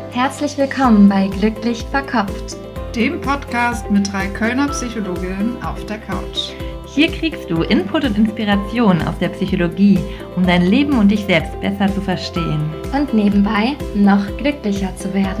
Herzlich willkommen bei Glücklich Verkopft, dem Podcast mit 3 Kölner Psychologinnen auf der Couch. Hier kriegst du Input und Inspiration aus der Psychologie, um dein Leben und dich selbst besser zu verstehen. Und nebenbei noch glücklicher zu werden.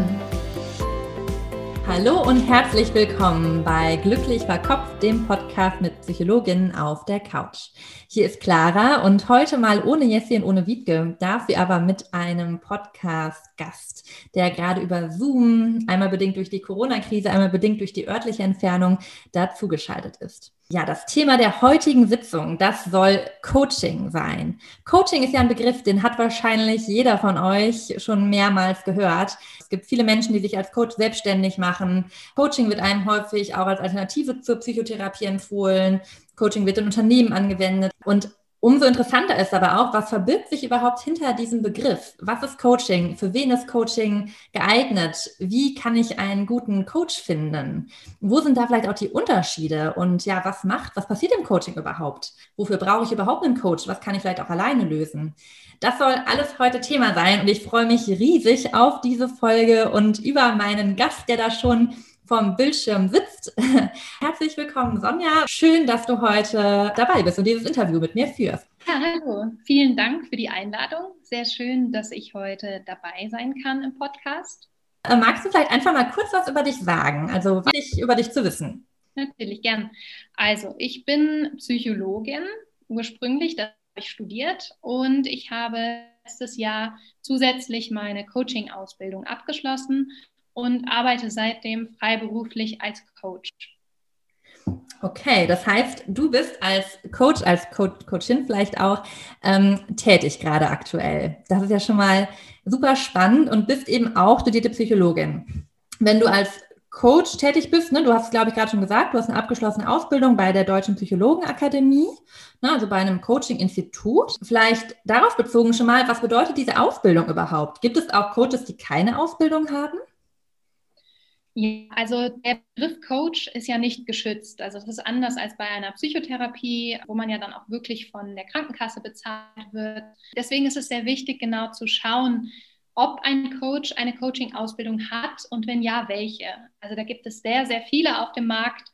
Hallo und herzlich willkommen bei Glücklich Verkopft, dem Podcast mit Psychologinnen auf der Couch. Hier ist Clara und heute mal ohne Jessie und ohne Wiebke, dafür aber mit einem Podcast-Gast, der gerade über Zoom, einmal bedingt durch die Corona-Krise, einmal bedingt durch die örtliche Entfernung, dazu geschaltet ist. Ja, das Thema der heutigen Sitzung, das soll Coaching sein. Coaching ist ja ein Begriff, den hat wahrscheinlich jeder von euch schon mehrmals gehört. Es gibt viele Menschen, die sich als Coach selbstständig machen. Coaching wird einem häufig auch als Alternative zur Psychotherapie empfohlen. Coaching wird in Unternehmen angewendet. Und umso interessanter ist aber auch, was verbirgt sich überhaupt hinter diesem Begriff? Was ist Coaching? Für wen ist Coaching geeignet? Wie kann ich einen guten Coach finden? Wo sind da vielleicht auch die Unterschiede? Und ja, was passiert im Coaching überhaupt? Wofür brauche ich überhaupt einen Coach? Was kann ich vielleicht auch alleine lösen? Das soll alles heute Thema sein und ich freue mich riesig auf diese Folge und über meinen Gast, der da schon vom Bildschirm sitzt. Herzlich willkommen, Sonja. Schön, dass du heute dabei bist und dieses Interview mit mir führst. Ja, hallo. Vielen Dank für die Einladung. Sehr schön, dass ich heute dabei sein kann im Podcast. Magst du vielleicht einfach mal kurz was über dich sagen? Also, was ich über dich zu wissen? Natürlich, gern. Also, ich bin Psychologin ursprünglich, das habe ich studiert und ich habe letztes Jahr zusätzlich meine Coaching-Ausbildung abgeschlossen und arbeite seitdem freiberuflich als Coach. Okay, das heißt, du bist als Coach, als Coachin vielleicht auch tätig gerade aktuell. Das ist ja schon mal super spannend und bist eben auch studierte Psychologin. Wenn du als Coach tätig bist, ne, du hast es, glaube ich, gerade schon gesagt, du hast eine abgeschlossene Ausbildung bei der Deutschen Psychologenakademie, ne, also bei einem Coaching-Institut. Vielleicht darauf bezogen schon mal, was bedeutet diese Ausbildung überhaupt? Gibt es auch Coaches, die keine Ausbildung haben? Ja, also der Begriff Coach ist ja nicht geschützt. Also das ist anders als bei einer Psychotherapie, wo man ja dann auch wirklich von der Krankenkasse bezahlt wird. Deswegen ist es sehr wichtig, genau zu schauen, ob ein Coach eine Coaching-Ausbildung hat und wenn ja, welche. Also da gibt es sehr, sehr viele auf dem Markt.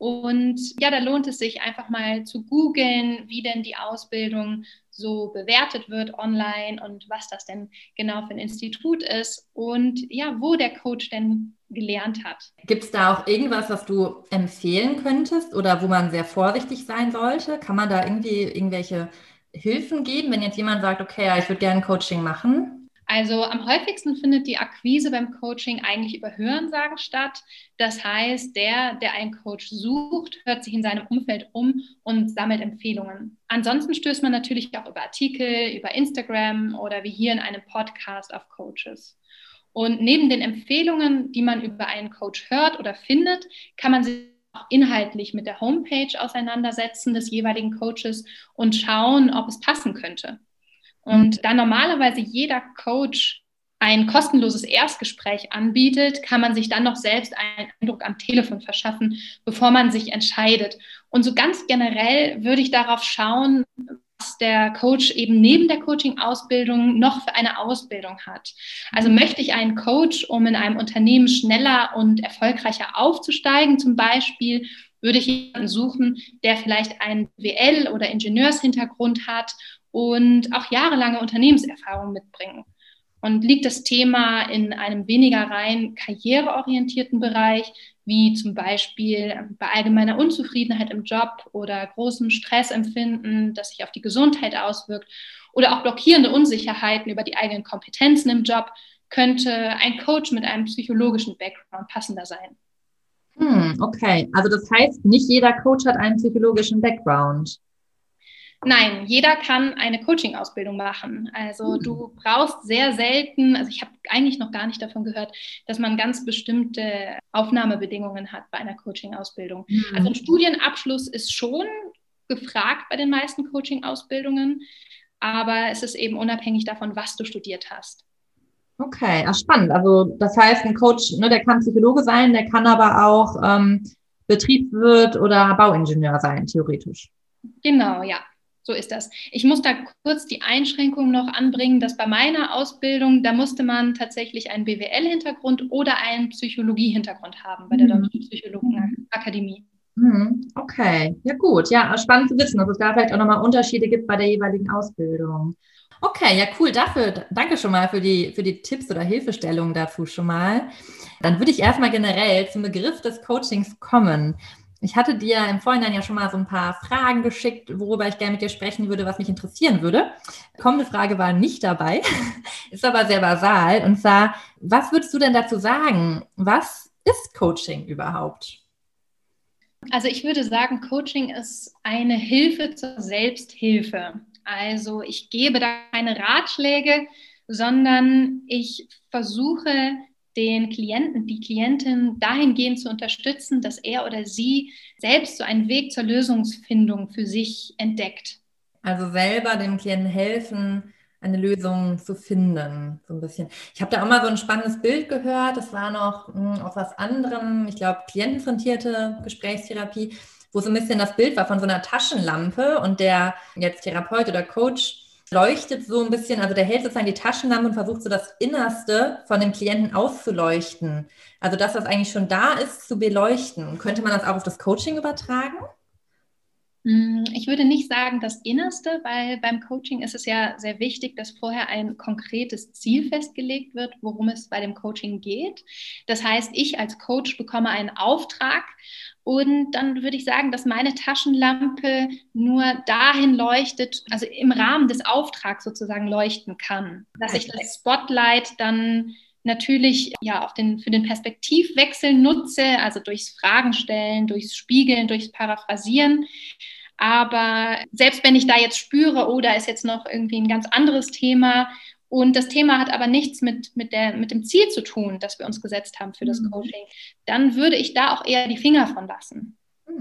Und ja, da lohnt es sich einfach mal zu googeln, wie denn die Ausbildung so bewertet wird online und was das denn genau für ein Institut ist und ja, wo der Coach denn gelernt hat. Gibt es da auch irgendwas, was du empfehlen könntest oder wo man sehr vorsichtig sein sollte? Kann man da irgendwie irgendwelche Hilfen geben, wenn jetzt jemand sagt, okay, ja, ich würde gerne Coaching machen? Also am häufigsten findet die Akquise beim Coaching eigentlich über Hörensagen statt. Das heißt, der einen Coach sucht, hört sich in seinem Umfeld um und sammelt Empfehlungen. Ansonsten stößt man natürlich auch über Artikel, über Instagram oder wie hier in einem Podcast auf Coaches. Und neben den Empfehlungen, die man über einen Coach hört oder findet, kann man sich auch inhaltlich mit der Homepage auseinandersetzen des jeweiligen Coaches und schauen, ob es passen könnte. Und da normalerweise jeder Coach ein kostenloses Erstgespräch anbietet, kann man sich dann noch selbst einen Eindruck am Telefon verschaffen, bevor man sich entscheidet. Und so ganz generell würde ich darauf schauen, was der Coach eben neben der Coaching-Ausbildung noch für eine Ausbildung hat. Also möchte ich einen Coach, um in einem Unternehmen schneller und erfolgreicher aufzusteigen zum Beispiel, würde ich jemanden suchen, der vielleicht einen BWL- oder Ingenieurshintergrund hat und auch jahrelange Unternehmenserfahrung mitbringen. Und liegt das Thema in einem weniger rein karriereorientierten Bereich, wie zum Beispiel bei allgemeiner Unzufriedenheit im Job oder großem Stressempfinden, das sich auf die Gesundheit auswirkt, oder auch blockierende Unsicherheiten über die eigenen Kompetenzen im Job, könnte ein Coach mit einem psychologischen Background passender sein. Okay, also das heißt, nicht jeder Coach hat einen psychologischen Background. Nein, jeder kann eine Coaching-Ausbildung machen. Also du brauchst sehr selten, also ich habe eigentlich noch gar nicht davon gehört, dass man ganz bestimmte Aufnahmebedingungen hat bei einer Coaching-Ausbildung. Also ein Studienabschluss ist schon gefragt bei den meisten Coaching-Ausbildungen, aber es ist eben unabhängig davon, was du studiert hast. Okay, spannend. Also das heißt, ein Coach, ne, der kann Psychologe sein, der kann aber auch Betriebswirt oder Bauingenieur sein, theoretisch. Genau, ja. So ist das. Ich muss da kurz die Einschränkung noch anbringen, dass bei meiner Ausbildung, da musste man tatsächlich einen BWL-Hintergrund oder einen Psychologie-Hintergrund haben bei der Deutschen Psychologenakademie. Okay, ja gut. Ja, spannend zu wissen, dass es da vielleicht auch nochmal Unterschiede gibt bei der jeweiligen Ausbildung. Okay, ja cool, dafür. Danke schon mal für die Tipps oder Hilfestellungen dazu schon mal. Dann würde ich erstmal generell zum Begriff des Coachings kommen. Ich hatte dir im Vorhinein ja schon mal so ein paar Fragen geschickt, worüber ich gerne mit dir sprechen würde, was mich interessieren würde. Kommende Frage war nicht dabei, ist aber sehr basal. Und zwar, was würdest du denn dazu sagen? Was ist Coaching überhaupt? Also ich würde sagen, Coaching ist eine Hilfe zur Selbsthilfe. Also ich gebe da keine Ratschläge, sondern ich versuche den Klienten, die Klientin dahingehend zu unterstützen, dass er oder sie selbst so einen Weg zur Lösungsfindung für sich entdeckt. Also selber dem Klienten helfen, eine Lösung zu finden, so ein bisschen. Ich habe da auch mal so ein spannendes Bild gehört, das war noch aus was anderem, ich glaube klientenzentrierte Gesprächstherapie, wo so ein bisschen das Bild war von so einer Taschenlampe und der jetzt Therapeut oder Coach leuchtet so ein bisschen, also der hält sozusagen die Taschenlampe und versucht so das Innerste von dem Klienten auszuleuchten. Also das, was eigentlich schon da ist, zu beleuchten. Könnte man das auch auf das Coaching übertragen? Ich würde nicht sagen das Innerste, weil beim Coaching ist es ja sehr wichtig, dass vorher ein konkretes Ziel festgelegt wird, worum es bei dem Coaching geht. Das heißt, ich als Coach bekomme einen Auftrag und dann würde ich sagen, dass meine Taschenlampe nur dahin leuchtet, also im Rahmen des Auftrags sozusagen leuchten kann. Dass ich das Spotlight dann natürlich ja für den Perspektivwechsel nutze, also durchs Fragen stellen, durchs Spiegeln, durchs Paraphrasieren. Aber selbst wenn ich da jetzt spüre, oh, da ist jetzt noch irgendwie ein ganz anderes Thema und das Thema hat aber nichts mit dem Ziel zu tun, das wir uns gesetzt haben für das Coaching, dann würde ich da auch eher die Finger von lassen.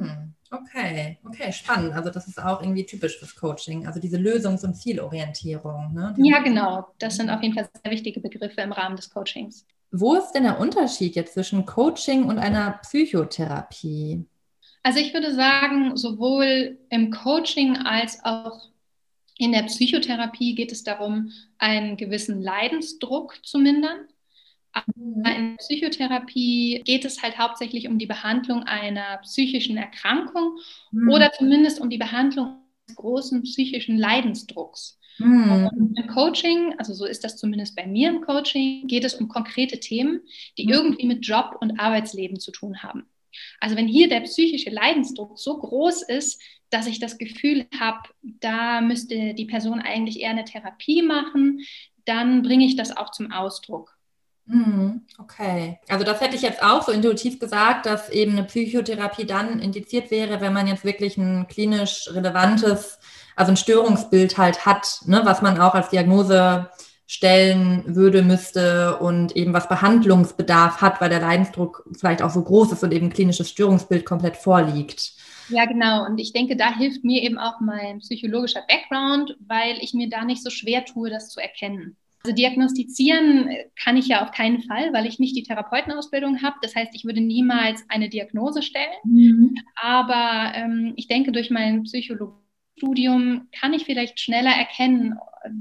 Okay, spannend. Also das ist auch irgendwie typisch fürs Coaching, also diese Lösungs- und Zielorientierung. Ne? Ja, genau. Das sind auf jeden Fall sehr wichtige Begriffe im Rahmen des Coachings. Wo ist denn der Unterschied jetzt zwischen Coaching und einer Psychotherapie? Also ich würde sagen, sowohl im Coaching als auch in der Psychotherapie geht es darum, einen gewissen Leidensdruck zu mindern. In der Psychotherapie geht es halt hauptsächlich um die Behandlung einer psychischen Erkrankung oder zumindest um die Behandlung eines großen psychischen Leidensdrucks. Und im Coaching, also so ist das zumindest bei mir im Coaching, geht es um konkrete Themen, die irgendwie mit Job und Arbeitsleben zu tun haben. Also wenn hier der psychische Leidensdruck so groß ist, dass ich das Gefühl habe, da müsste die Person eigentlich eher eine Therapie machen, dann bringe ich das auch zum Ausdruck. Okay, also das hätte ich jetzt auch so intuitiv gesagt, dass eben eine Psychotherapie dann indiziert wäre, wenn man jetzt wirklich ein klinisch relevantes, also ein Störungsbild halt hat, ne, was man auch als Diagnose stellen müsste und eben was Behandlungsbedarf hat, weil der Leidensdruck vielleicht auch so groß ist und eben ein klinisches Störungsbild komplett vorliegt. Ja, genau. Und ich denke, da hilft mir eben auch mein psychologischer Background, weil ich mir da nicht so schwer tue, das zu erkennen. Also diagnostizieren kann ich ja auf keinen Fall, weil ich nicht die Therapeutenausbildung habe. Das heißt, ich würde niemals eine Diagnose stellen. Aber ich denke, durch mein Psychologiestudium kann ich vielleicht schneller erkennen,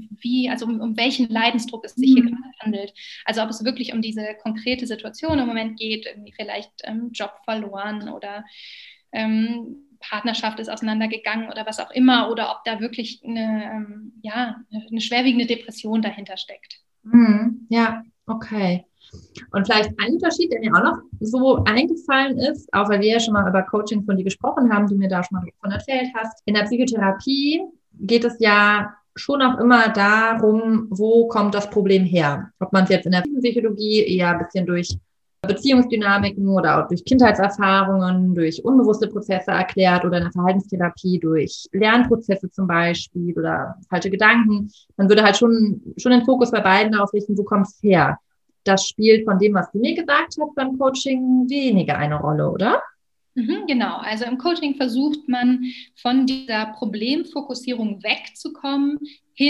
um welchen Leidensdruck es sich hier gerade handelt. Also ob es wirklich um diese konkrete Situation im Moment geht, irgendwie vielleicht Job verloren oder Partnerschaft ist auseinandergegangen oder was auch immer, oder ob da wirklich eine schwerwiegende Depression dahinter steckt. Ja, okay. Und vielleicht ein Unterschied, der mir auch noch so eingefallen ist, auch weil wir ja schon mal über Coaching von dir gesprochen haben, du mir da schon mal davon erzählt hast. In der Psychotherapie geht es ja schon auch immer darum, wo kommt das Problem her? Ob man es jetzt in der Psychologie eher ein bisschen durch Beziehungsdynamiken oder auch durch Kindheitserfahrungen, durch unbewusste Prozesse erklärt oder in der Verhaltenstherapie durch Lernprozesse zum Beispiel oder falsche Gedanken. Man würde halt schon den Fokus bei beiden darauf richten, wo kommt es her? Das spielt von dem, was du mir gesagt hast, beim Coaching weniger eine Rolle, oder? Genau, also im Coaching versucht man von dieser Problemfokussierung wegzukommen, hin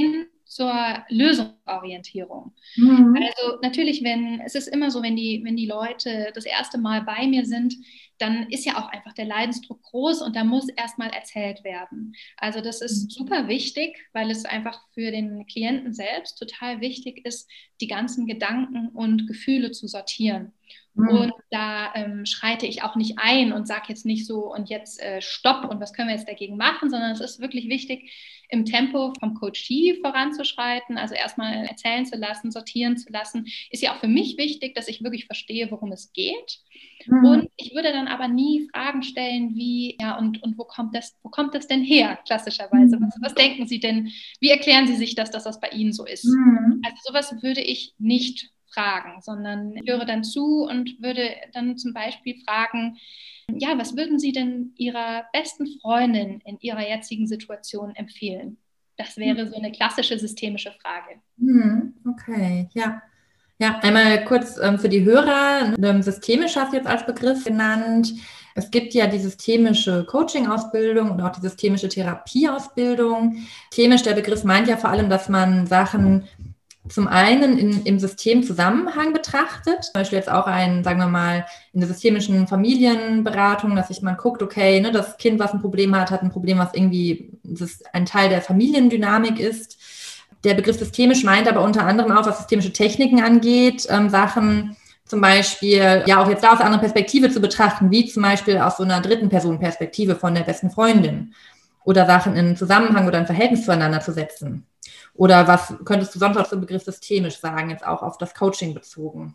zur Lösungsorientierung. Also natürlich, es ist immer so, wenn die Leute das erste Mal bei mir sind, dann ist ja auch einfach der Leidensdruck groß und da muss erstmal erzählt werden. Also das ist super wichtig, weil es einfach für den Klienten selbst total wichtig ist, die ganzen Gedanken und Gefühle zu sortieren. Und da schreite ich auch nicht ein und sage jetzt nicht so und jetzt Stopp und was können wir jetzt dagegen machen, sondern es ist wirklich wichtig, im Tempo vom Coachee voranzuschreiten, also erstmal erzählen zu lassen, sortieren zu lassen. Ist ja auch für mich wichtig, dass ich wirklich verstehe, worum es geht. Und ich würde dann aber nie Fragen stellen wie, ja, und wo kommt das denn her, klassischerweise? Was denken Sie denn, wie erklären Sie sich das, dass das bei Ihnen so ist? Also sowas würde ich nicht fragen, sondern ich höre dann zu und würde dann zum Beispiel fragen, ja, was würden Sie denn Ihrer besten Freundin in Ihrer jetzigen Situation empfehlen? Das wäre so eine klassische systemische Frage. Okay, ja. Ja, einmal kurz für die Hörer, systemisch hast du jetzt als Begriff genannt. Es gibt ja die systemische Coaching-Ausbildung und auch die systemische Therapieausbildung. Systemisch, der Begriff meint ja vor allem, dass man Sachen zum einen im Systemzusammenhang betrachtet, zum Beispiel jetzt auch sagen wir mal, in der systemischen Familienberatung, dass sich man guckt, okay, ne, das Kind, was ein Problem hat ein Problem, was irgendwie ein Teil der Familiendynamik ist. Der Begriff systemisch meint aber unter anderem auch, was systemische Techniken angeht, Sachen zum Beispiel, ja, auch jetzt da aus einer anderen Perspektive zu betrachten, wie zum Beispiel aus so einer dritten Person-Perspektive von der besten Freundin oder Sachen in Zusammenhang oder ein Verhältnis zueinander zu setzen. Oder was könntest du sonst auch zum Begriff systemisch sagen, jetzt auch auf das Coaching bezogen?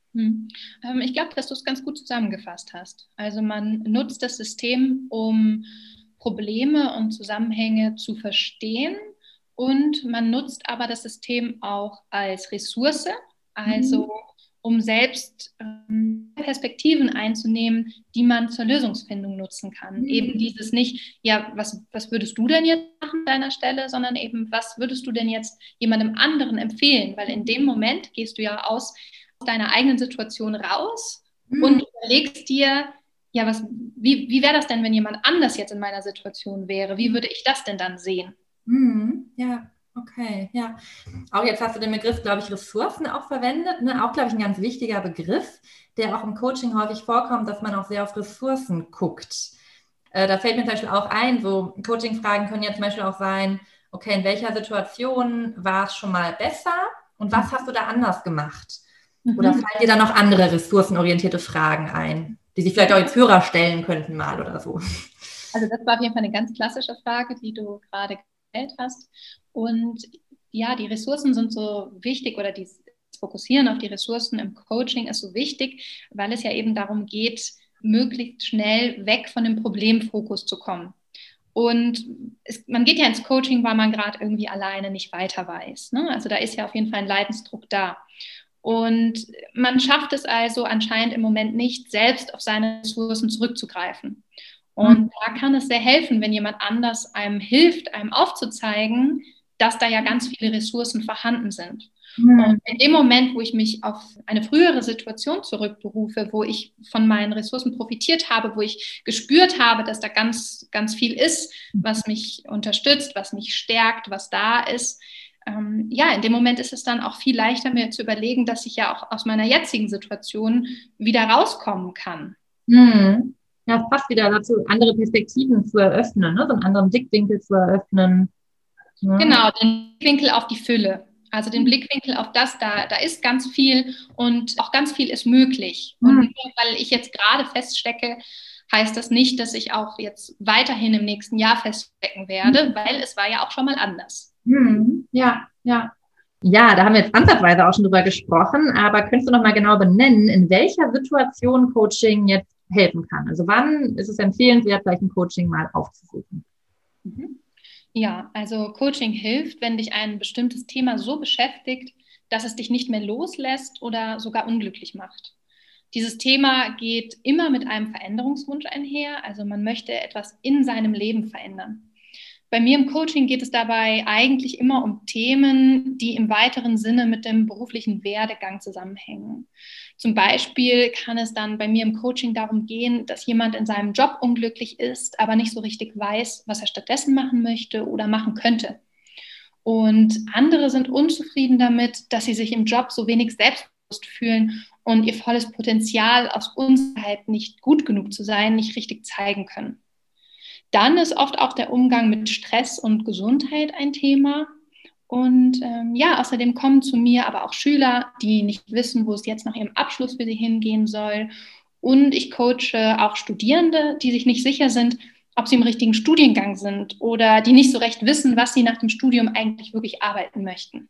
Ich glaube, dass du es ganz gut zusammengefasst hast. Also man nutzt das System, um Probleme und Zusammenhänge zu verstehen, und man nutzt aber das System auch als Ressource, also um selbst Perspektiven einzunehmen, die man zur Lösungsfindung nutzen kann. Eben dieses nicht, ja, was würdest du denn jetzt machen an deiner Stelle, sondern eben, was würdest du denn jetzt jemandem anderen empfehlen? Weil in dem Moment gehst du ja aus deiner eigenen Situation raus und überlegst dir, ja, wie wäre das denn, wenn jemand anders jetzt in meiner Situation wäre? Wie würde ich das denn dann sehen? Ja, okay, ja. Auch jetzt hast du den Begriff, glaube ich, Ressourcen auch verwendet, ne? Auch, glaube ich, ein ganz wichtiger Begriff, der auch im Coaching häufig vorkommt, dass man auch sehr auf Ressourcen guckt. Da fällt mir zum Beispiel auch ein, so Coaching-Fragen können ja zum Beispiel auch sein, okay, in welcher Situation war es schon mal besser und was hast du da anders gemacht? Oder fallen dir da noch andere ressourcenorientierte Fragen ein, die sich vielleicht auch jetzt Hörer stellen könnten mal oder so? Also das war auf jeden Fall eine ganz klassische Frage, die du gerade gestellt hast. Und ja, die Ressourcen sind so wichtig, oder das Fokussieren auf die Ressourcen im Coaching ist so wichtig, weil es ja eben darum geht, möglichst schnell weg von dem Problemfokus zu kommen. Und man geht ja ins Coaching, weil man gerade irgendwie alleine nicht weiter weiß, ne? Also da ist ja auf jeden Fall ein Leidensdruck da. Und man schafft es also anscheinend im Moment nicht, selbst auf seine Ressourcen zurückzugreifen. Und da kann es sehr helfen, wenn jemand anders einem hilft, einem aufzuzeigen, dass da ja ganz viele Ressourcen vorhanden sind. Und in dem Moment, wo ich mich auf eine frühere Situation zurückberufe, wo ich von meinen Ressourcen profitiert habe, wo ich gespürt habe, dass da ganz, ganz viel ist, was mich unterstützt, was mich stärkt, was da ist, ja, in dem Moment ist es dann auch viel leichter, mir zu überlegen, dass ich ja auch aus meiner jetzigen Situation wieder rauskommen kann. Ja, es passt wieder dazu, andere Perspektiven zu eröffnen, ne? So einen anderen Blickwinkel zu eröffnen. Ja. Genau, den Blickwinkel auf die Fülle. Also den Blickwinkel auf das, da ist ganz viel und auch ganz viel ist möglich. Und nur weil ich jetzt gerade feststecke, heißt das nicht, dass ich auch jetzt weiterhin im nächsten Jahr feststecken werde, weil es war ja auch schon mal anders. Ja, ja. Ja, da haben wir jetzt ansatzweise auch schon drüber gesprochen, aber könntest du noch mal genau benennen, in welcher Situation Coaching jetzt helfen kann? Also wann ist es empfehlenswert, vielleicht ein Coaching mal aufzusuchen? Ja, also Coaching hilft, wenn dich ein bestimmtes Thema so beschäftigt, dass es dich nicht mehr loslässt oder sogar unglücklich macht. Dieses Thema geht immer mit einem Veränderungswunsch einher, also man möchte etwas in seinem Leben verändern. Bei mir im Coaching geht es dabei eigentlich immer um Themen, die im weiteren Sinne mit dem beruflichen Werdegang zusammenhängen. Zum Beispiel kann es dann bei mir im Coaching darum gehen, dass jemand in seinem Job unglücklich ist, aber nicht so richtig weiß, was er stattdessen machen möchte oder machen könnte. Und andere sind unzufrieden damit, dass sie sich im Job so wenig selbstbewusst fühlen und ihr volles Potenzial aus Unsicherheit, nicht gut genug zu sein, nicht richtig zeigen können. Dann ist oft auch der Umgang mit Stress und Gesundheit ein Thema. Und außerdem kommen zu mir aber auch Schüler, die nicht wissen, wo es jetzt nach ihrem Abschluss für sie hingehen soll. Und ich coache auch Studierende, die sich nicht sicher sind, ob sie im richtigen Studiengang sind oder die nicht so recht wissen, was sie nach dem Studium eigentlich wirklich arbeiten möchten.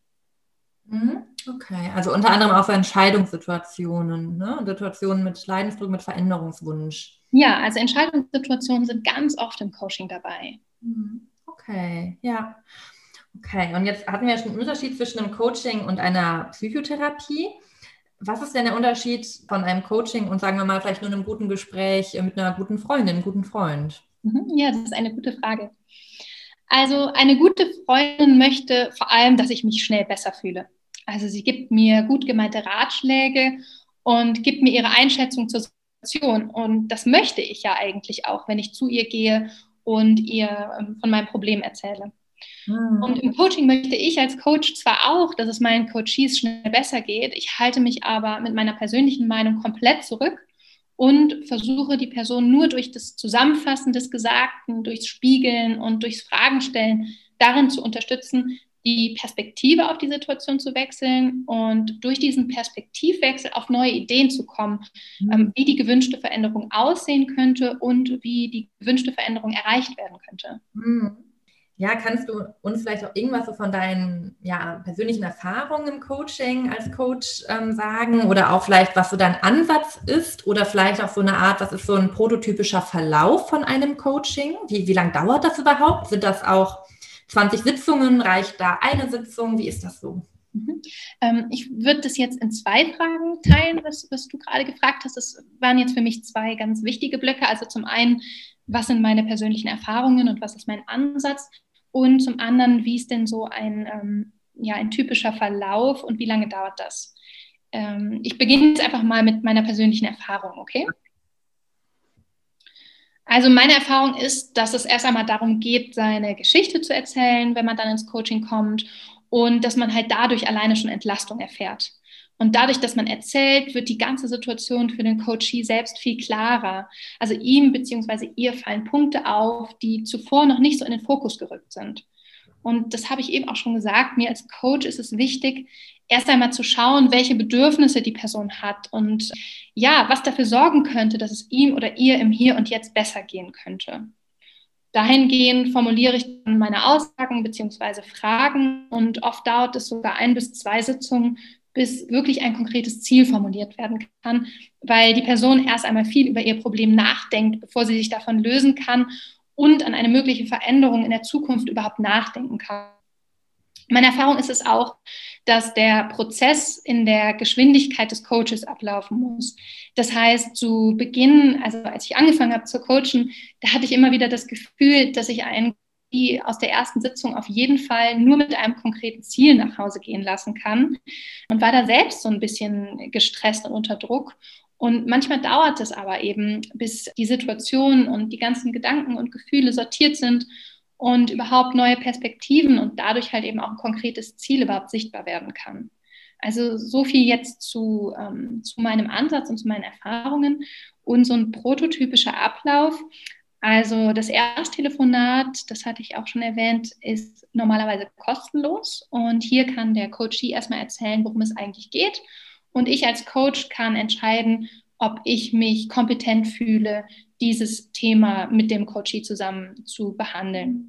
Okay, also unter anderem auch für Entscheidungssituationen, ne? Situationen mit Leidensdruck, mit Veränderungswunsch. Ja, also Entscheidungssituationen sind ganz oft im Coaching dabei. Okay, ja. Okay, und jetzt hatten wir ja schon einen Unterschied zwischen einem Coaching und einer Psychotherapie. Was ist denn der Unterschied von einem Coaching und sagen wir mal vielleicht nur einem guten Gespräch mit einer guten Freundin, einem guten Freund? Ja, das ist eine gute Frage. Also eine gute Freundin möchte vor allem, dass ich mich schnell besser fühle. Also sie gibt mir gut gemeinte Ratschläge und gibt mir ihre Einschätzung zur Situation. Und das möchte ich ja eigentlich auch, wenn ich zu ihr gehe und ihr von meinem Problem erzähle. Und im Coaching möchte ich als Coach zwar auch, dass es meinen Coachees schnell besser geht, ich halte mich aber mit meiner persönlichen Meinung komplett zurück und versuche die Person nur durch das Zusammenfassen des Gesagten, durchs Spiegeln und durchs Fragenstellen darin zu unterstützen, die Perspektive auf die Situation zu wechseln und durch diesen Perspektivwechsel auf neue Ideen zu kommen, wie die gewünschte Veränderung aussehen könnte und wie die gewünschte Veränderung erreicht werden könnte. Ja, kannst du uns vielleicht auch irgendwas so von deinen persönlichen Erfahrungen im Coaching als Coach sagen oder auch vielleicht, was so dein Ansatz ist oder vielleicht auch so eine Art, was ist so ein prototypischer Verlauf von einem Coaching? Wie lang dauert das überhaupt? Sind das auch 20 Sitzungen? Reicht da eine Sitzung? Wie ist das so? Ich würde das jetzt in 2 Fragen teilen, was du gerade gefragt hast. Das waren jetzt für mich 2 ganz wichtige Blöcke. Also zum einen, was sind meine persönlichen Erfahrungen und was ist mein Ansatz? Und zum anderen, wie ist denn so ein typischer Verlauf und wie lange dauert das? Ich beginne jetzt einfach mal mit meiner persönlichen Erfahrung, okay? Also meine Erfahrung ist, dass es erst einmal darum geht, seine Geschichte zu erzählen, wenn man dann ins Coaching kommt und dass man halt dadurch alleine schon Entlastung erfährt. Und dadurch, dass man erzählt, wird die ganze Situation für den Coachee selbst viel klarer. Also ihm bzw. ihr fallen Punkte auf, die zuvor noch nicht so in den Fokus gerückt sind. Und das habe ich eben auch schon gesagt, mir als Coach ist es wichtig, erst einmal zu schauen, welche Bedürfnisse die Person hat und was dafür sorgen könnte, dass es ihm oder ihr im Hier und Jetzt besser gehen könnte. Dahingehend formuliere ich dann meine Aussagen bzw. Fragen und oft dauert es sogar 1 bis 2 Sitzungen, bis wirklich ein konkretes Ziel formuliert werden kann, weil die Person erst einmal viel über ihr Problem nachdenkt, bevor sie sich davon lösen kann und an eine mögliche Veränderung in der Zukunft überhaupt nachdenken kann. Meine Erfahrung ist es auch, dass der Prozess in der Geschwindigkeit des Coaches ablaufen muss. Das heißt, zu Beginn, also als ich angefangen habe zu coachen, da hatte ich immer wieder das Gefühl, dass ich einen aus der ersten Sitzung auf jeden Fall nur mit einem konkreten Ziel nach Hause gehen lassen kann und war da selbst so ein bisschen gestresst und unter Druck. Und manchmal dauert es aber eben, bis die Situation und die ganzen Gedanken und Gefühle sortiert sind und überhaupt neue Perspektiven und dadurch halt eben auch ein konkretes Ziel überhaupt sichtbar werden kann. Also so viel jetzt zu meinem Ansatz und zu meinen Erfahrungen und so ein prototypischer Ablauf. Also das Ersttelefonat, das hatte ich auch schon erwähnt, ist normalerweise kostenlos und hier kann der Coachee erstmal erzählen, worum es eigentlich geht und ich als Coach kann entscheiden, ob ich mich kompetent fühle, dieses Thema mit dem Coachee zusammen zu behandeln.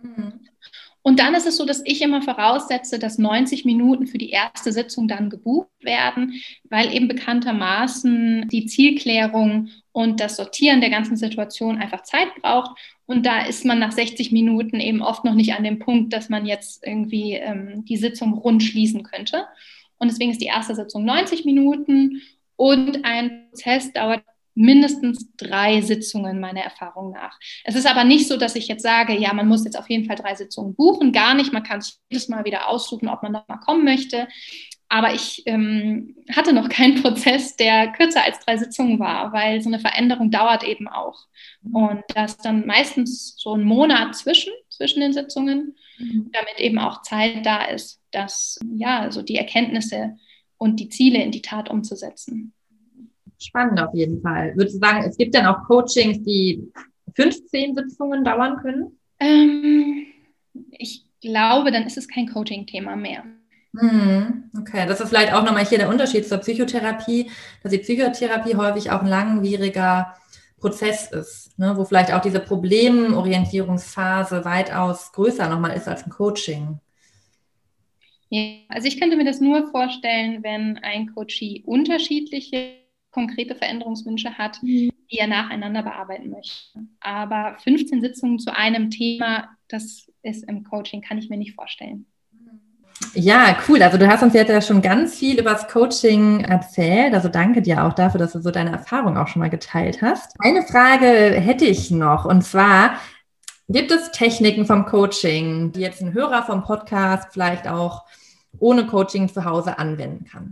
Und dann ist es so, dass ich immer voraussetze, dass 90 Minuten für die erste Sitzung dann gebucht werden, weil eben bekanntermaßen die Zielklärung und das Sortieren der ganzen Situation einfach Zeit braucht. Und da ist man nach 60 Minuten eben oft noch nicht an dem Punkt, dass man jetzt irgendwie die Sitzung rund schließen könnte. Und deswegen ist die erste Sitzung 90 Minuten und ein Prozess dauert mindestens 3 Sitzungen meiner Erfahrung nach. Es ist aber nicht so, dass ich jetzt sage, ja, man muss jetzt auf jeden Fall 3 Sitzungen buchen, gar nicht. Man kann sich jedes Mal wieder aussuchen, ob man noch mal kommen möchte. Aber ich hatte noch keinen Prozess, der kürzer als 3 Sitzungen war, weil so eine Veränderung dauert eben auch. Und da ist dann meistens so ein Monat zwischen, zwischen den Sitzungen, damit eben auch Zeit da ist, dass so die Erkenntnisse und die Ziele in die Tat umzusetzen. Spannend auf jeden Fall. Würdest du sagen, es gibt dann auch Coachings, die 15 Sitzungen dauern können? Ich glaube, dann ist es kein Coaching-Thema mehr. Okay, das ist vielleicht auch nochmal hier der Unterschied zur Psychotherapie, dass die Psychotherapie häufig auch ein langwieriger Prozess ist, ne, wo vielleicht auch diese Problemorientierungsphase weitaus größer nochmal ist als ein Coaching. Ja, also ich könnte mir das nur vorstellen, wenn ein Coachee unterschiedliche konkrete Veränderungswünsche hat, die er nacheinander bearbeiten möchte. Aber 15 Sitzungen zu einem Thema, das ist im Coaching, kann ich mir nicht vorstellen. Ja, cool. Also du hast uns jetzt ja schon ganz viel über das Coaching erzählt. Also danke dir auch dafür, dass du so deine Erfahrung auch schon mal geteilt hast. Eine Frage hätte ich noch, und zwar, gibt es Techniken vom Coaching, die jetzt ein Hörer vom Podcast vielleicht auch ohne Coaching zu Hause anwenden kann?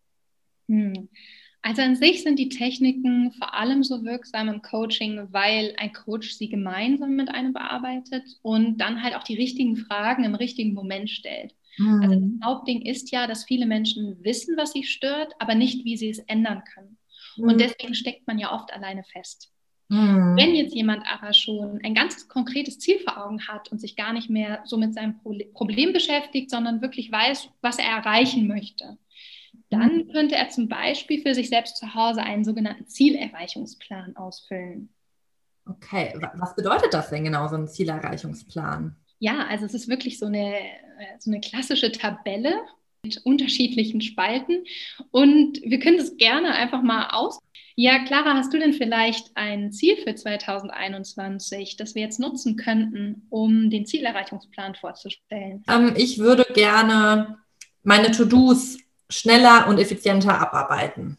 Also an sich sind die Techniken vor allem so wirksam im Coaching, weil ein Coach sie gemeinsam mit einem bearbeitet und dann halt auch die richtigen Fragen im richtigen Moment stellt. Also das Hauptding ist ja, dass viele Menschen wissen, was sie stört, aber nicht, wie sie es ändern können. Und deswegen steckt man ja oft alleine fest. Wenn jetzt jemand aber schon ein ganz konkretes Ziel vor Augen hat und sich gar nicht mehr so mit seinem Problem beschäftigt, sondern wirklich weiß, was er erreichen möchte, dann könnte er zum Beispiel für sich selbst zu Hause einen sogenannten Zielerreichungsplan ausfüllen. Okay, was bedeutet das denn genau, so ein Zielerreichungsplan? Ja, also es ist wirklich so eine klassische Tabelle mit unterschiedlichen Spalten und wir können das gerne einfach mal aus. Ja, Clara, hast du denn vielleicht ein Ziel für 2021, das wir jetzt nutzen könnten, um den Zielerreichungsplan vorzustellen? Ich würde gerne meine To-Dos schneller und effizienter abarbeiten.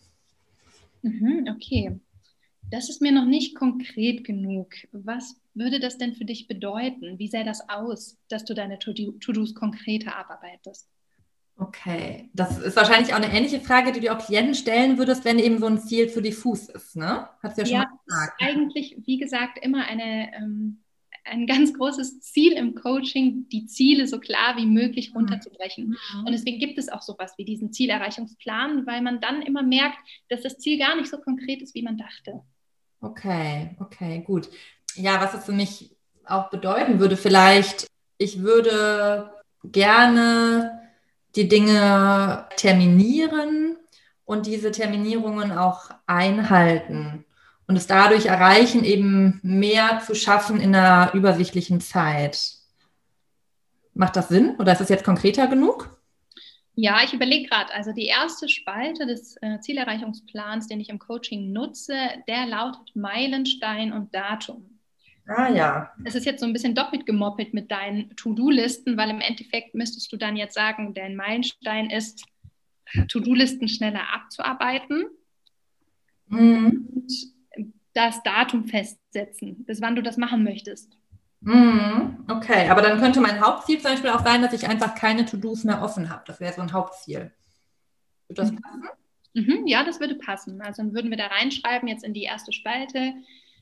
Okay. Das ist mir noch nicht konkret genug. Was würde das denn für dich bedeuten? Wie sähe das aus, dass du deine To-Dos konkreter abarbeitest? Okay, das ist wahrscheinlich auch eine ähnliche Frage, die du auch Klienten stellen würdest, wenn eben so ein Ziel zu diffus ist, ne? Hast du ja schon mal gesagt. Ist eigentlich, wie gesagt, immer ein ganz großes Ziel im Coaching, die Ziele so klar wie möglich runterzubrechen. Und deswegen gibt es auch sowas wie diesen Zielerreichungsplan, weil man dann immer merkt, dass das Ziel gar nicht so konkret ist, wie man dachte. Okay, gut. Ja, was es für mich auch bedeuten würde, vielleicht, ich würde gerne die Dinge terminieren und diese Terminierungen auch einhalten und es dadurch erreichen, eben mehr zu schaffen in einer übersichtlichen Zeit. Macht das Sinn oder ist es jetzt konkreter genug? Ja, ich überlege gerade, also die erste Spalte des Zielerreichungsplans, den ich im Coaching nutze, der lautet Meilenstein und Datum. Ah ja. Es ist jetzt so ein bisschen doppelt gemoppelt mit deinen To-Do-Listen, weil im Endeffekt müsstest du dann jetzt sagen, dein Meilenstein ist, To-Do-Listen schneller abzuarbeiten und das Datum festsetzen, bis wann du das machen möchtest. Okay, aber dann könnte mein Hauptziel zum Beispiel auch sein, dass ich einfach keine To-Dos mehr offen habe. Das wäre so ein Hauptziel. Würde das passen? Ja, das würde passen. Also dann würden wir da reinschreiben, jetzt in die erste Spalte,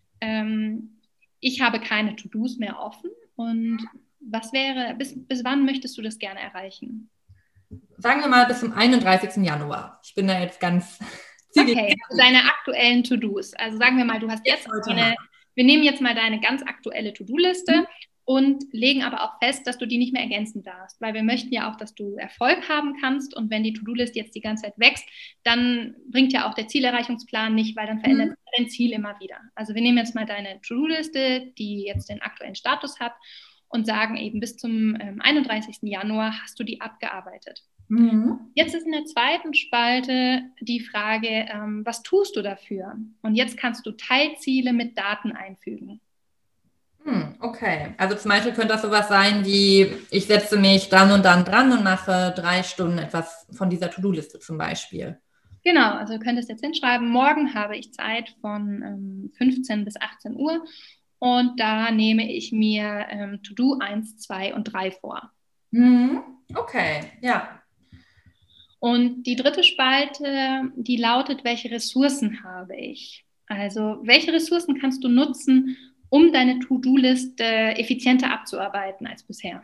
ich habe keine To-Dos mehr offen. Und was wäre, bis wann möchtest du das gerne erreichen? Sagen wir mal bis zum 31. Januar. Ich bin da jetzt ganz zügig. Okay, deine aktuellen To-Dos. Also sagen wir mal, du hast jetzt wir nehmen jetzt mal deine ganz aktuelle To-Do-Liste und legen aber auch fest, dass du die nicht mehr ergänzen darfst, weil wir möchten ja auch, dass du Erfolg haben kannst und wenn die To-Do-Liste jetzt die ganze Zeit wächst, dann bringt ja auch der Zielerreichungsplan nicht, weil dann verändert sich dein Ziel immer wieder. Also wir nehmen jetzt mal deine To-Do-Liste, die jetzt den aktuellen Status hat und sagen eben, bis zum 31. Januar hast du die abgearbeitet. Jetzt ist in der zweiten Spalte die Frage, was tust du dafür? Und jetzt kannst du Teilziele mit Daten einfügen. Okay, also zum Beispiel könnte das sowas sein wie, ich setze mich dann und dann dran und mache 3 Stunden etwas von dieser To-Do-Liste zum Beispiel. Genau, also du könntest jetzt hinschreiben, morgen habe ich Zeit von 15 bis 18 Uhr und da nehme ich mir To-Do 1, 2 und 3 vor. Okay, ja. Und die dritte Spalte, die lautet, welche Ressourcen habe ich? Also welche Ressourcen kannst du nutzen, um deine To-Do-Liste effizienter abzuarbeiten als bisher.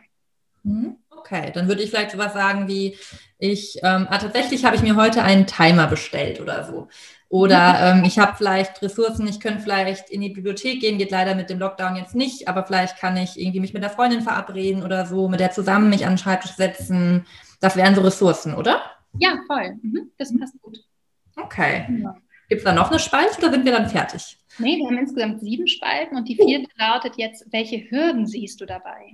Okay, dann würde ich vielleicht sowas sagen wie, tatsächlich habe ich mir heute einen Timer bestellt oder so. Oder ich habe vielleicht Ressourcen, ich könnte vielleicht in die Bibliothek gehen, geht leider mit dem Lockdown jetzt nicht, aber vielleicht kann ich irgendwie mich mit der Freundin verabreden oder so, mit der zusammen mich an den Schreibtisch setzen. Das wären so Ressourcen, oder? Ja, voll. Das passt gut. Okay. Ja. Gibt es da noch eine Spalte oder sind wir dann fertig? Nee, wir haben insgesamt 7 Spalten und die 4. lautet jetzt, welche Hürden siehst du dabei?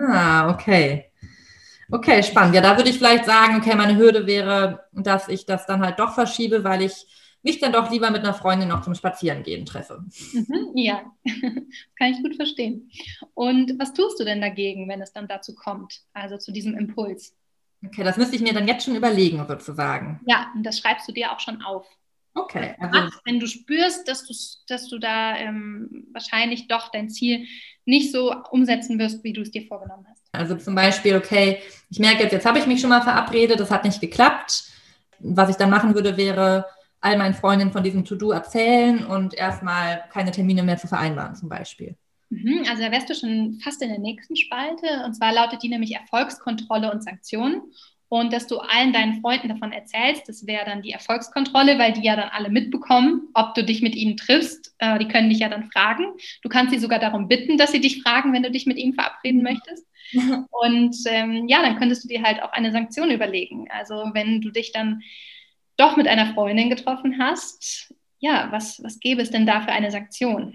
Okay. Okay, spannend. Ja, da würde ich vielleicht sagen, okay, meine Hürde wäre, dass ich das dann halt doch verschiebe, weil ich mich dann doch lieber mit einer Freundin noch zum Spazierengehen treffe. Ja, kann ich gut verstehen. Und was tust du denn dagegen, wenn es dann dazu kommt, also zu diesem Impuls? Okay, das müsste ich mir dann jetzt schon überlegen, sozusagen. Ja, und das schreibst du dir auch schon auf. Okay. Wenn du spürst, dass du da wahrscheinlich doch dein Ziel nicht so umsetzen wirst, wie du es dir vorgenommen hast. Also zum Beispiel, okay, ich merke jetzt habe ich mich schon mal verabredet, das hat nicht geklappt. Was ich dann machen würde, wäre all meinen Freundinnen von diesem To-Do erzählen und erstmal keine Termine mehr zu vereinbaren, zum Beispiel. Also da wärst du schon fast in der nächsten Spalte. Und zwar lautet die nämlich Erfolgskontrolle und Sanktionen. Und dass du allen deinen Freunden davon erzählst, das wäre dann die Erfolgskontrolle, weil die ja dann alle mitbekommen, ob du dich mit ihnen triffst. Die können dich ja dann fragen. Du kannst sie sogar darum bitten, dass sie dich fragen, wenn du dich mit ihnen verabreden möchtest. Und dann könntest du dir halt auch eine Sanktion überlegen. Also wenn du dich dann doch mit einer Freundin getroffen hast, ja, was gäbe es denn da für eine Sanktion?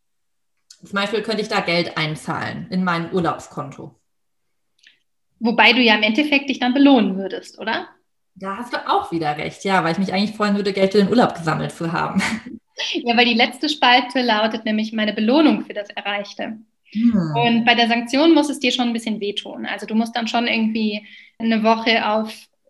Zum Beispiel könnte ich da Geld einzahlen in mein Urlaubskonto. Wobei du ja im Endeffekt dich dann belohnen würdest, oder? Da hast du auch wieder recht, ja, weil ich mich eigentlich freuen würde, Geld für den Urlaub gesammelt zu haben. Ja, weil die letzte Spalte lautet nämlich meine Belohnung für das Erreichte. Und bei der Sanktion muss es dir schon ein bisschen wehtun. Also du musst dann schon irgendwie eine Woche auf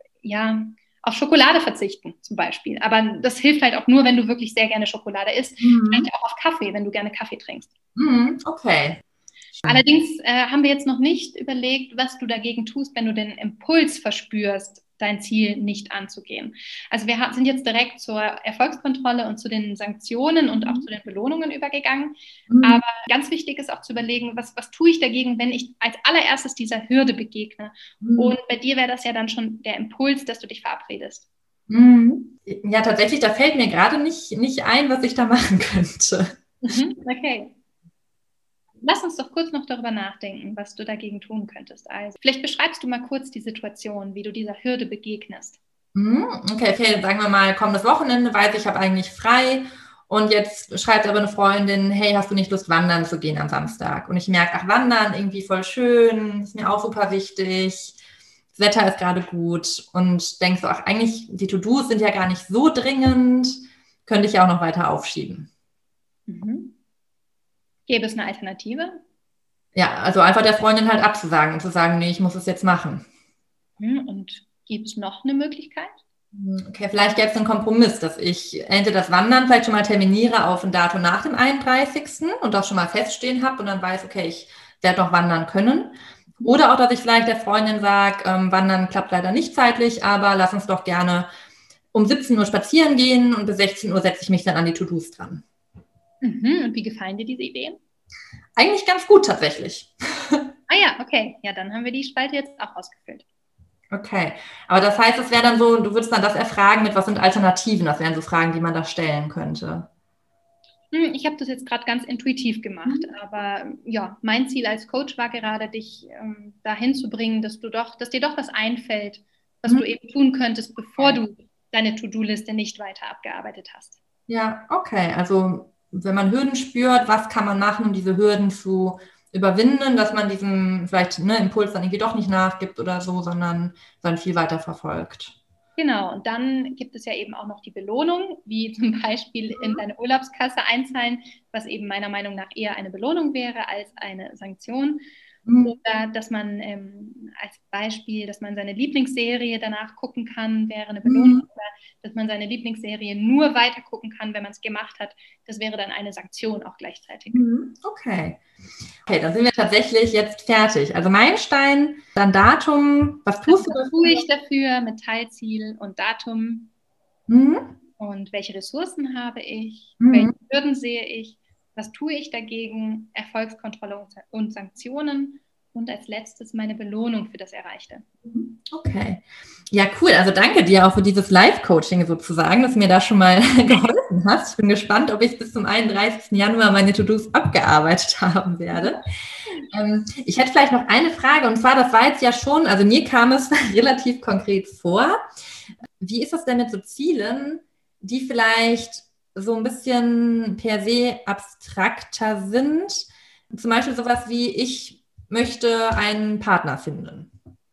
Schokolade verzichten zum Beispiel. Aber das hilft halt auch nur, wenn du wirklich sehr gerne Schokolade isst. Vielleicht auch auf Kaffee, wenn du gerne Kaffee trinkst. Okay. Allerdings haben wir jetzt noch nicht überlegt, was du dagegen tust, wenn du den Impuls verspürst, dein Ziel nicht anzugehen. Also wir sind jetzt direkt zur Erfolgskontrolle und zu den Sanktionen und auch zu den Belohnungen übergegangen. Aber ganz wichtig ist auch zu überlegen, was tue ich dagegen, wenn ich als allererstes dieser Hürde begegne. Und bei dir wäre das ja dann schon der Impuls, dass du dich verabredest. Ja, tatsächlich, da fällt mir gerade nicht ein, was ich da machen könnte. Okay. Lass uns doch kurz noch darüber nachdenken, was du dagegen tun könntest. Also, vielleicht beschreibst du mal kurz die Situation, wie du dieser Hürde begegnest. Okay, sagen wir mal, kommendes Wochenende, weiß ich, habe eigentlich frei und jetzt schreibt aber eine Freundin, hey, hast du nicht Lust, wandern zu gehen am Samstag? Und ich merke, ach, wandern, irgendwie voll schön, ist mir auch super wichtig, das Wetter ist gerade gut und denkst so, ach, eigentlich, die To-Dos sind ja gar nicht so dringend, könnte ich ja auch noch weiter aufschieben. Gäbe es eine Alternative? Ja, also einfach der Freundin halt abzusagen und zu sagen, nee, ich muss es jetzt machen. Und gibt es noch eine Möglichkeit? Okay, vielleicht gäbe es einen Kompromiss, dass ich entweder das Wandern vielleicht schon mal terminiere auf ein Datum nach dem 31. und das schon mal feststehen habe und dann weiß, okay, ich werde noch wandern können. Oder auch, dass ich vielleicht der Freundin sage, wandern klappt leider nicht zeitlich, aber lass uns doch gerne um 17 Uhr spazieren gehen und bis 16 Uhr setze ich mich dann an die To-Dos dran. Und wie gefallen dir diese Ideen? Eigentlich ganz gut tatsächlich. Ja, okay. Ja, dann haben wir die Spalte jetzt auch ausgefüllt. Okay, aber das heißt, es wäre dann so, du würdest dann das erfragen mit, was sind Alternativen? Das wären so Fragen, die man da stellen könnte. Ich habe das jetzt gerade ganz intuitiv gemacht, aber ja, mein Ziel als Coach war gerade, dich dahin zu bringen, dass dir doch was einfällt, was du eben tun könntest, bevor du deine To-Do-Liste nicht weiter abgearbeitet hast. Ja, okay, also wenn man Hürden spürt, was kann man machen, um diese Hürden zu überwinden, dass man diesem vielleicht Impuls dann irgendwie doch nicht nachgibt oder so, sondern dann viel weiter verfolgt. Genau, und dann gibt es ja eben auch noch die Belohnung, wie zum Beispiel in deine Urlaubskasse einzahlen, was eben meiner Meinung nach eher eine Belohnung wäre als eine Sanktion. Oder dass man als Beispiel, dass man seine Lieblingsserie danach gucken kann, wäre eine Belohnung. Oder dass man seine Lieblingsserie nur weiter gucken kann, wenn man es gemacht hat. Das wäre dann eine Sanktion auch gleichzeitig. Okay, dann sind wir tatsächlich jetzt fertig. Also Meilenstein, dann Datum. Was tust du dafür? Was tue ich dafür mit Teilziel und Datum? Und welche Ressourcen habe ich? Welche Hürden sehe ich? Was tue ich dagegen? Erfolgskontrolle und Sanktionen. Und als letztes meine Belohnung für das Erreichte. Okay. Ja, cool. Also danke dir auch für dieses Live-Coaching sozusagen, dass du mir da schon mal geholfen hast. Ich bin gespannt, ob ich bis zum 31. Januar meine To-Dos abgearbeitet haben werde. Ich hätte vielleicht noch eine Frage, und zwar, das war jetzt ja schon, also mir kam es relativ konkret vor. Wie ist das denn mit so Zielen, die vielleicht so ein bisschen per se abstrakter sind? Zum Beispiel sowas wie, ich möchte einen Partner finden.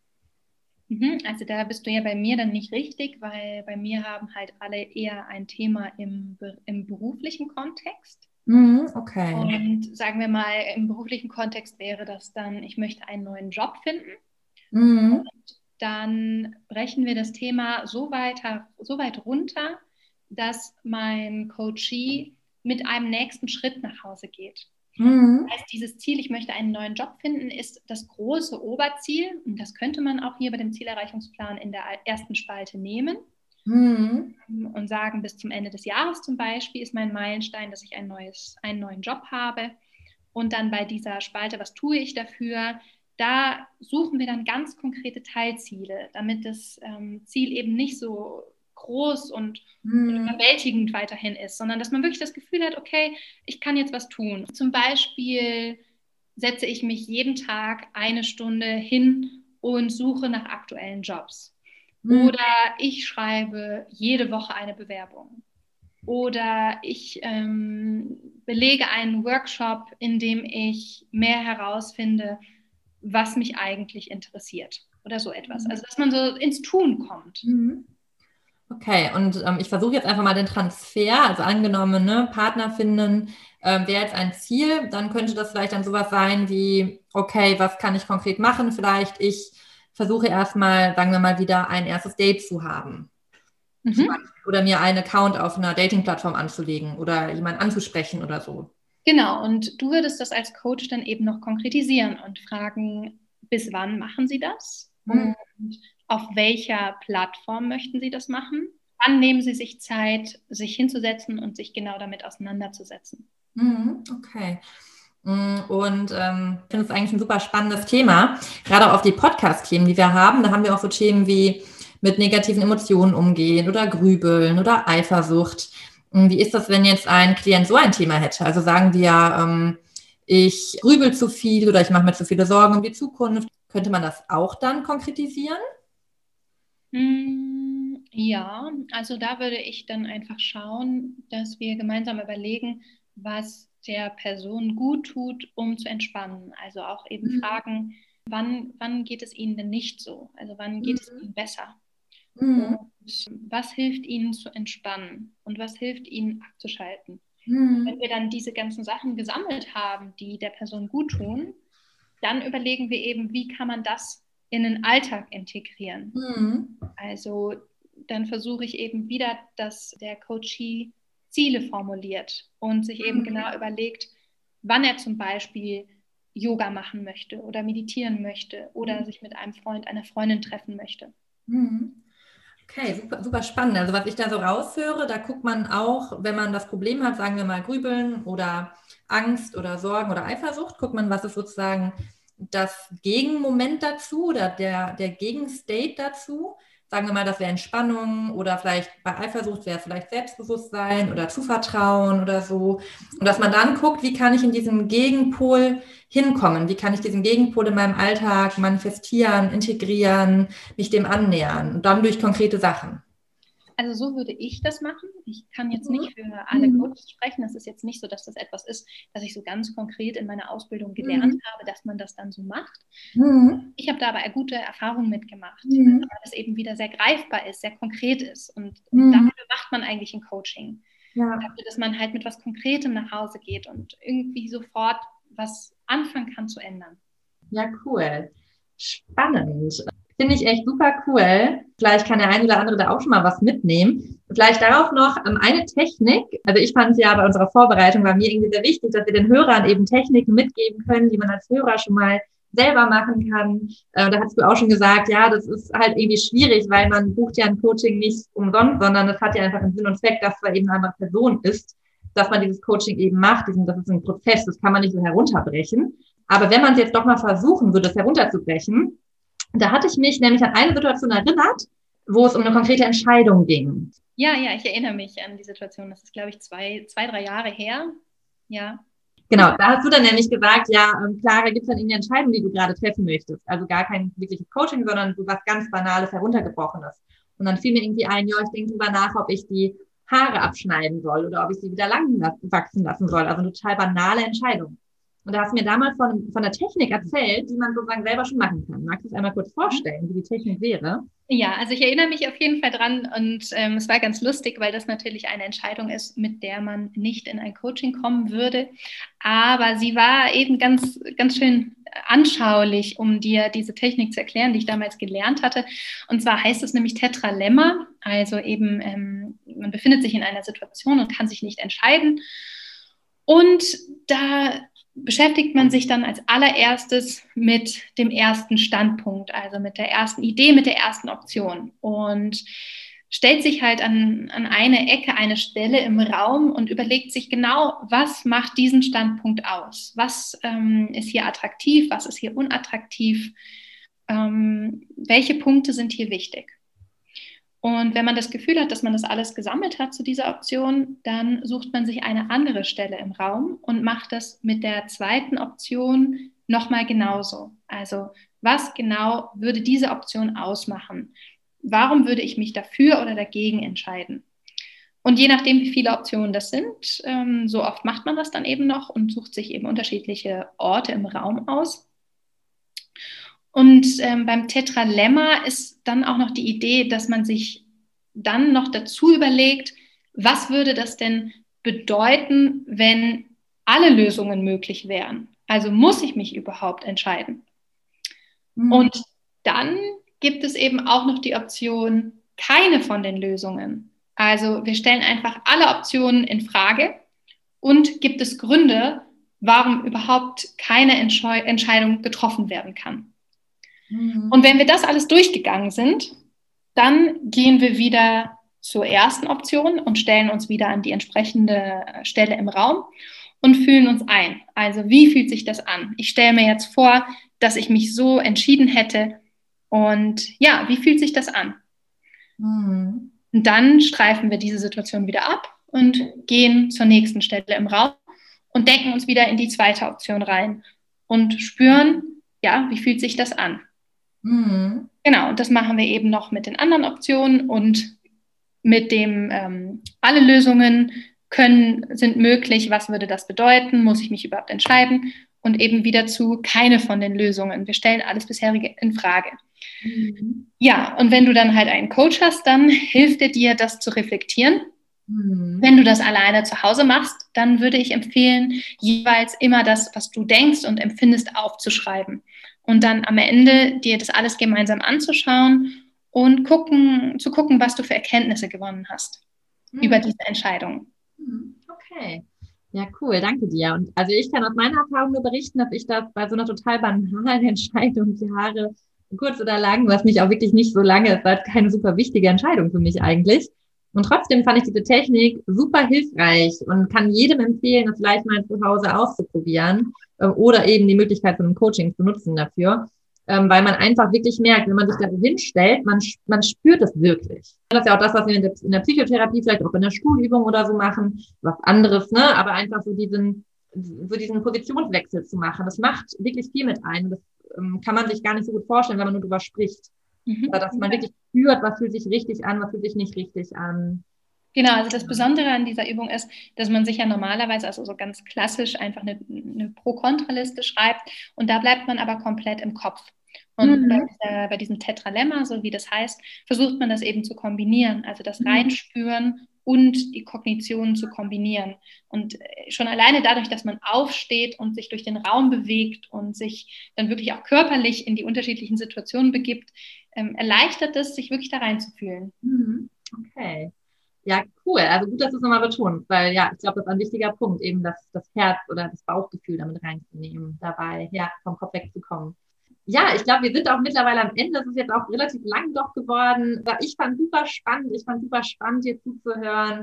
Also da bist du ja bei mir dann nicht richtig, weil bei mir haben halt alle eher ein Thema im beruflichen Kontext. Okay. Und sagen wir mal, im beruflichen Kontext wäre das dann, ich möchte einen neuen Job finden. Und dann brechen wir das Thema so weit runter, dass mein Coachee mit einem nächsten Schritt nach Hause geht. Das heißt, dieses Ziel, ich möchte einen neuen Job finden, ist das große Oberziel. Und das könnte man auch hier bei dem Zielerreichungsplan in der ersten Spalte nehmen und sagen, bis zum Ende des Jahres zum Beispiel ist mein Meilenstein, dass ich einen neuen Job habe. Und dann bei dieser Spalte, was tue ich dafür? Da suchen wir dann ganz konkrete Teilziele, damit das Ziel eben nicht so groß und überwältigend weiterhin ist, sondern dass man wirklich das Gefühl hat, okay, ich kann jetzt was tun. Zum Beispiel setze ich mich jeden Tag 1 Stunde hin und suche nach aktuellen Jobs. Oder ich schreibe jede Woche eine Bewerbung. Oder ich belege einen Workshop, in dem ich mehr herausfinde, was mich eigentlich interessiert. Oder so etwas. Also, dass man so ins Tun kommt. Okay, und ich versuche jetzt einfach mal den Transfer, also angenommen, ne, Partner finden, wäre jetzt ein Ziel, dann könnte das vielleicht dann sowas sein wie, okay, was kann ich konkret machen? Vielleicht ich versuche erstmal, sagen wir mal, wieder ein erstes Date zu haben. Oder mir einen Account auf einer Dating-Plattform anzulegen oder jemanden anzusprechen oder so. Genau, und du würdest das als Coach dann eben noch konkretisieren und fragen, bis wann machen Sie das? Und auf welcher Plattform möchten Sie das machen? Wann nehmen Sie sich Zeit, sich hinzusetzen und sich genau damit auseinanderzusetzen? Okay. Und ich finde es eigentlich ein super spannendes Thema, gerade auch auf die Podcast-Themen, die wir haben. Da haben wir auch so Themen wie mit negativen Emotionen umgehen oder Grübeln oder Eifersucht. Wie ist das, wenn jetzt ein Klient so ein Thema hätte? Also sagen wir, ich grübel zu viel oder ich mache mir zu viele Sorgen um die Zukunft. Könnte man das auch dann konkretisieren? Ja, also da würde ich dann einfach schauen, dass wir gemeinsam überlegen, was der Person gut tut, um zu entspannen. Also auch eben fragen, wann geht es Ihnen denn nicht so? Also wann geht es Ihnen besser? Und was hilft Ihnen zu entspannen? Und was hilft Ihnen abzuschalten? Wenn wir dann diese ganzen Sachen gesammelt haben, die der Person gut tun, dann überlegen wir eben, wie kann man das in den Alltag integrieren. Also dann versuche ich eben wieder, dass der Coachee Ziele formuliert und sich eben genau überlegt, wann er zum Beispiel Yoga machen möchte oder meditieren möchte oder sich mit einem Freund, einer Freundin treffen möchte. Okay, super, super spannend. Also was ich da so raushöre, da guckt man auch, wenn man das Problem hat, sagen wir mal Grübeln oder Angst oder Sorgen oder Eifersucht, guckt man, was ist sozusagen das Gegenmoment dazu oder der Gegenstate dazu. Sagen wir mal, das wäre Entspannung oder vielleicht bei Eifersucht wäre es vielleicht Selbstbewusstsein oder Zuvertrauen oder so. Und dass man dann guckt, wie kann ich in diesen Gegenpol hinkommen? Wie kann ich diesen Gegenpol in meinem Alltag manifestieren, integrieren, mich dem annähern und dann durch konkrete Sachen? Also so würde ich das machen. Ich kann jetzt nicht für alle Coaches sprechen. Das ist jetzt nicht so, dass das etwas ist, das ich so ganz konkret in meiner Ausbildung gelernt habe, dass man das dann so macht. Ich habe da aber eine gute Erfahrung mitgemacht, weil es eben wieder sehr greifbar ist, sehr konkret ist. Und dafür macht man eigentlich ein Coaching. Ja. Dafür, dass man halt mit was Konkretem nach Hause geht und irgendwie sofort was anfangen kann zu ändern. Ja, cool. Spannend. Finde ich echt super cool. Vielleicht kann der eine oder andere da auch schon mal was mitnehmen. Vielleicht darauf noch eine Technik. Also ich fand es ja bei unserer Vorbereitung, war mir irgendwie sehr wichtig, dass wir den Hörern eben Techniken mitgeben können, die man als Hörer schon mal selber machen kann. Da hast du auch schon gesagt, ja, das ist halt irgendwie schwierig, weil man bucht ja ein Coaching nicht umsonst, sondern das hat ja einfach einen Sinn und Zweck, dass da eben eine andere Person ist, dass man dieses Coaching eben macht. Das ist ein Prozess, das kann man nicht so herunterbrechen. Aber wenn man es jetzt doch mal versuchen würde, es herunterzubrechen, da hatte ich mich nämlich an eine Situation erinnert, wo es um eine konkrete Entscheidung ging. Ja, ich erinnere mich an die Situation. Das ist, glaube ich, 2-3 Jahre her. Ja. Genau, da hast du dann nämlich gesagt, ja, Clara, gibt es dann irgendeine Entscheidung, die du gerade treffen möchtest? Also gar kein wirkliches Coaching, sondern so was ganz Banales, Heruntergebrochenes. Und dann fiel mir irgendwie ein, ja, ich denke drüber nach, ob ich die Haare abschneiden soll oder ob ich sie wieder lang wachsen lassen soll. Also eine total banale Entscheidung. Und da hast du mir damals von der Technik erzählt, die man sozusagen selber schon machen kann. Magst du es einmal kurz vorstellen, wie die Technik wäre? Ja, also ich erinnere mich auf jeden Fall dran und es war ganz lustig, weil das natürlich eine Entscheidung ist, mit der man nicht in ein Coaching kommen würde. Aber sie war eben ganz, ganz schön anschaulich, um dir diese Technik zu erklären, die ich damals gelernt hatte. Und zwar heißt es nämlich Tetralemma, also eben man befindet sich in einer Situation und kann sich nicht entscheiden. Und da beschäftigt man sich dann als allererstes mit dem ersten Standpunkt, also mit der ersten Idee, mit der ersten Option und stellt sich halt an eine Ecke, eine Stelle im Raum und überlegt sich genau, was macht diesen Standpunkt aus? Was ist hier attraktiv, was ist hier unattraktiv? Welche Punkte sind hier wichtig? Und wenn man das Gefühl hat, dass man das alles gesammelt hat zu dieser Option, dann sucht man sich eine andere Stelle im Raum und macht das mit der zweiten Option nochmal genauso. Also was genau würde diese Option ausmachen? Warum würde ich mich dafür oder dagegen entscheiden? Und je nachdem, wie viele Optionen das sind, so oft macht man das dann eben noch und sucht sich eben unterschiedliche Orte im Raum aus. Und beim Tetralemma ist dann auch noch die Idee, dass man sich dann noch dazu überlegt, was würde das denn bedeuten, wenn alle Lösungen möglich wären? Also muss ich mich überhaupt entscheiden? Und dann gibt es eben auch noch die Option, keine von den Lösungen. Also wir stellen einfach alle Optionen in Frage und gibt es Gründe, warum überhaupt keine Entscheidung getroffen werden kann. Und wenn wir das alles durchgegangen sind, dann gehen wir wieder zur ersten Option und stellen uns wieder an die entsprechende Stelle im Raum und fühlen uns ein. Also wie fühlt sich das an? Ich stelle mir jetzt vor, dass ich mich so entschieden hätte und ja, wie fühlt sich das an? Und dann streifen wir diese Situation wieder ab und gehen zur nächsten Stelle im Raum und denken uns wieder in die zweite Option rein und spüren, ja, wie fühlt sich das an? Genau, und das machen wir eben noch mit den anderen Optionen und mit dem alle Lösungen sind möglich. Was würde das bedeuten? Muss ich mich überhaupt entscheiden? Und eben wieder zu keine von den Lösungen. Wir stellen alles bisherige in Frage. Ja, und wenn du dann halt einen Coach hast, dann hilft er dir, das zu reflektieren. Wenn du das alleine zu Hause machst, dann würde ich empfehlen, jeweils immer das, was du denkst und empfindest, aufzuschreiben. Und dann am Ende dir das alles gemeinsam anzuschauen und zu gucken, was du für Erkenntnisse gewonnen hast über diese Entscheidung. Okay. Ja, cool, danke dir. Und also ich kann aus meiner Erfahrung nur berichten, dass ich das bei so einer total banalen Entscheidung, die Haare kurz oder lang, was mich auch wirklich nicht so lange ist, war keine super wichtige Entscheidung für mich eigentlich. Und trotzdem fand ich diese Technik super hilfreich und kann jedem empfehlen, das vielleicht mal zu Hause auszuprobieren oder eben die Möglichkeit von einem Coaching zu nutzen dafür, weil man einfach wirklich merkt, wenn man sich da so hinstellt, man spürt es wirklich. Das ist ja auch das, was wir in der Psychotherapie vielleicht auch in der Stuhlübung oder so machen, was anderes, ne? Aber einfach so diesen Positionswechsel zu machen, das macht wirklich viel mit einem. Das kann man sich gar nicht so gut vorstellen, wenn man nur drüber spricht. Oder dass man wirklich spürt, was fühlt sich richtig an, was fühlt sich nicht richtig an. Genau, also das Besondere an dieser Übung ist, dass man sich ja normalerweise, also so ganz klassisch, einfach eine Pro-Kontra-Liste schreibt und da bleibt man aber komplett im Kopf. Und bei diesem Tetralemma, so wie das heißt, versucht man das eben zu kombinieren, also das Reinspüren und die Kognition zu kombinieren. Und schon alleine dadurch, dass man aufsteht und sich durch den Raum bewegt und sich dann wirklich auch körperlich in die unterschiedlichen Situationen begibt, erleichtert es, sich wirklich da reinzufühlen. Okay. Ja, cool. Also gut, dass du es nochmal betonst, weil ja, ich glaube, das ist ein wichtiger Punkt, eben das Herz oder das Bauchgefühl damit reinzunehmen, dabei ja vom Kopf wegzukommen. Ja, ich glaube, wir sind auch mittlerweile am Ende. Es ist jetzt auch relativ lang doch geworden. Ich fand super spannend, dir zuzuhören.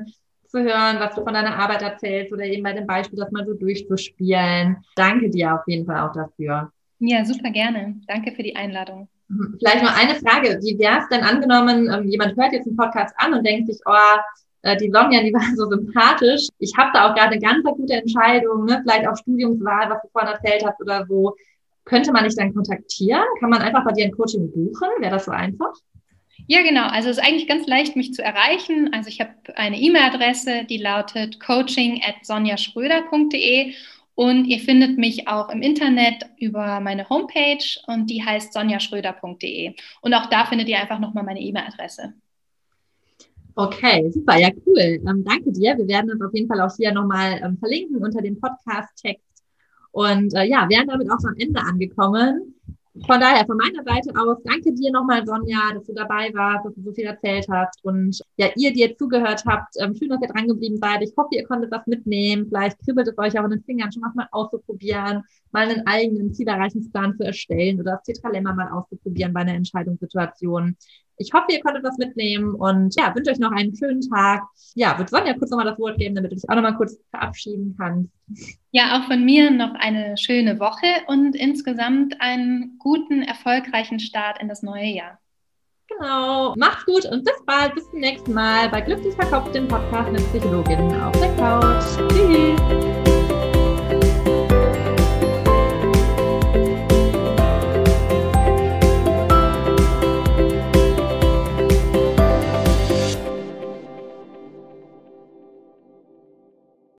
zuzuhören, was du von deiner Arbeit erzählst oder eben bei dem Beispiel, das mal so durchzuspielen. Danke dir auf jeden Fall auch dafür. Ja, super gerne. Danke für die Einladung. Vielleicht noch eine Frage. Wie wäre es denn angenommen, jemand hört jetzt einen Podcast an und denkt sich, die Sonja, die war so sympathisch. Ich habe da auch gerade eine ganz gute Entscheidung, ne? Vielleicht auch Studiumswahl, was du vorhin erzählt hast oder so. Könnte man dich dann kontaktieren? Kann man einfach bei dir ein Coaching buchen? Wäre das so einfach? Ja, genau. Also es ist eigentlich ganz leicht, mich zu erreichen. Also ich habe eine E-Mail-Adresse, die lautet coaching@sonjaschröder.de und ihr findet mich auch im Internet über meine Homepage und die heißt sonjaschröder.de. Und auch da findet ihr einfach nochmal meine E-Mail-Adresse. Okay, super, ja cool. Danke dir. Wir werden das auf jeden Fall auch hier nochmal verlinken unter dem Podcast-Text. Und wären damit auch am Ende angekommen. Von daher, von meiner Seite aus, danke dir nochmal, Sonja, dass du dabei warst, dass du so viel erzählt hast und ja, ihr, die jetzt zugehört habt, schön, dass ihr dran geblieben seid. Ich hoffe, ihr konntet was mitnehmen. Vielleicht kribbelt es euch auch in den Fingern, schon was mal auszuprobieren, mal einen eigenen Zielerreichungsplan zu erstellen oder das Tetralemma mal auszuprobieren bei einer Entscheidungssituation. Ich hoffe, ihr konntet was mitnehmen und ja, wünsche euch noch einen schönen Tag. Ja, wird Sonja kurz nochmal das Wort geben, damit du dich auch nochmal kurz verabschieden kannst. Ja, auch von mir noch eine schöne Woche und insgesamt einen guten, erfolgreichen Start in das neue Jahr. Genau, macht's gut und bis bald, bis zum nächsten Mal bei Glücklich Verkopft, dem Podcast mit Psychologinnen auf der Couch. Tschüss.